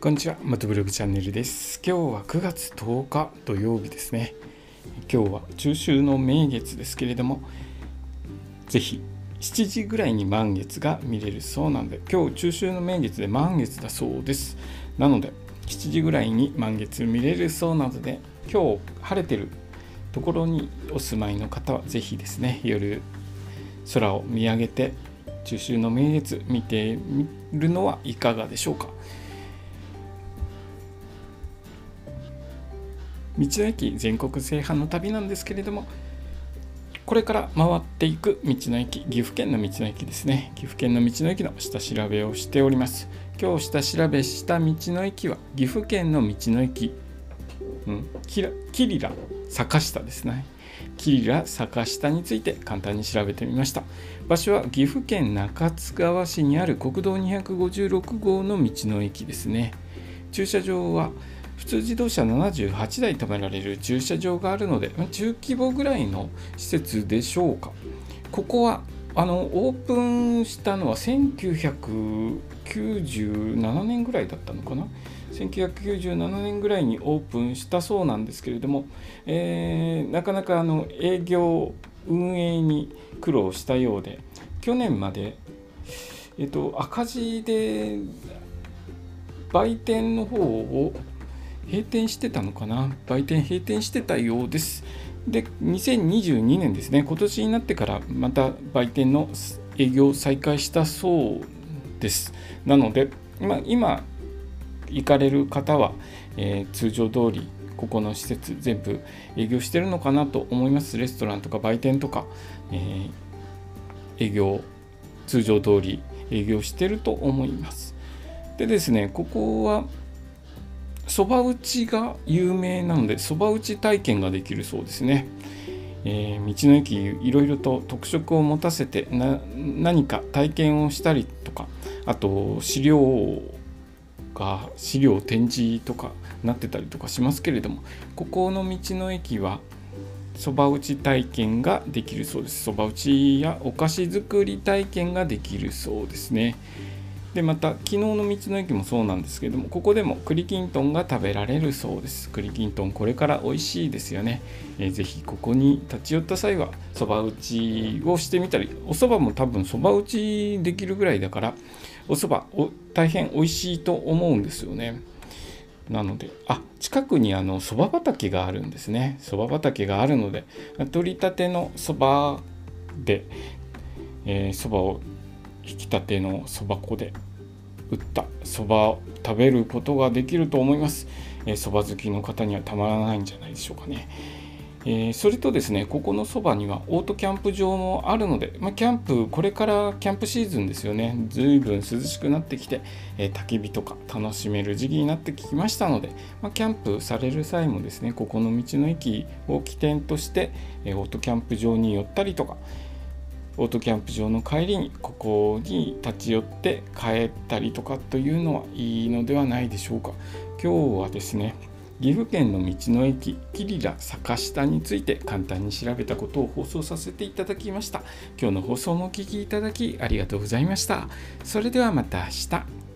こんにちは、マトブログチャンネルです。今日は9月10日土曜日ですね。今日は中秋の名月ですけれども、ぜひ7時ぐらいに満月が見れるそうなので、今日中秋の名月で満月だそうです。なので7時ぐらいに満月見れるそうなので、今日晴れてるところにお住まいの方はぜひですね、夜空を見上げて中秋の名月見てみるのはいかがでしょうか。道の駅全国制覇の旅なんですけれども、これから回っていく道の駅、岐阜県の道の駅ですね。岐阜県の道の駅の下調べをしております。今日下調べした道の駅は岐阜県の道の駅、キリラ坂下ですね。キリラ坂下について簡単に調べてみました。場所は岐阜県中津川市にある国道256号の道の駅ですね。駐車場は普通自動車78台止められる駐車場があるので、中規模ぐらいの施設でしょうか。ここはオープンしたのは1997年ぐらいだったのかな。1997年ぐらいにオープンしたそうなんですけれども、なかなか営業運営に苦労したようで、去年まで、赤字で売店の方を閉店してたのかな。売店閉店してたようです。で、2022年ですね、今年になってからまた売店の営業を再開したそうです。なので、今行かれる方は、通常通りここの施設全部営業してるのかなと思います。レストランとか売店とか、営業通常通り営業してると思います。でですね、ここはそば打ちが有名なので、そば打ち体験ができるそうですね。道の駅いろいろと特色を持たせて何か体験をしたりとか、あと資料展示とかなってたりとかしますけれども、ここの道の駅はそば打ち体験ができるそうです。そば打ちやお菓子作り体験ができるそうですね。で、また昨日の道の駅もそうなんですけども、ここでも栗きんとんが食べられるそうです。栗きんとんこれから美味しいですよね。ぜひここに立ち寄った際はそば打ちをしてみたり、おそばも多分そば打ちできるぐらいだから、おそば大変美味しいと思うんですよね。なので近くにそば畑があるんですね。そば畑があるので、取りたてのそばでそばを引きたてのそば粉で打ったそばを食べることができると思います。そば好きの方にはたまらないんじゃないでしょうかね。それとですね、ここのそばにはオートキャンプ場もあるので、キャンプ、これからキャンプシーズンですよね。ずいぶん涼しくなってきて、焚き火とか楽しめる時期になってきましたので、キャンプされる際もですね、ここの道の駅を起点として、オートキャンプ場に寄ったりとか、オートキャンプ場の帰りにここに立ち寄って帰ったりとかというのはいいのではないでしょうか。今日はですね、岐阜県の道の駅キリラ坂下について簡単に調べたことを放送させていただきました。今日の放送もお聞きいただきありがとうございました。それではまた明日。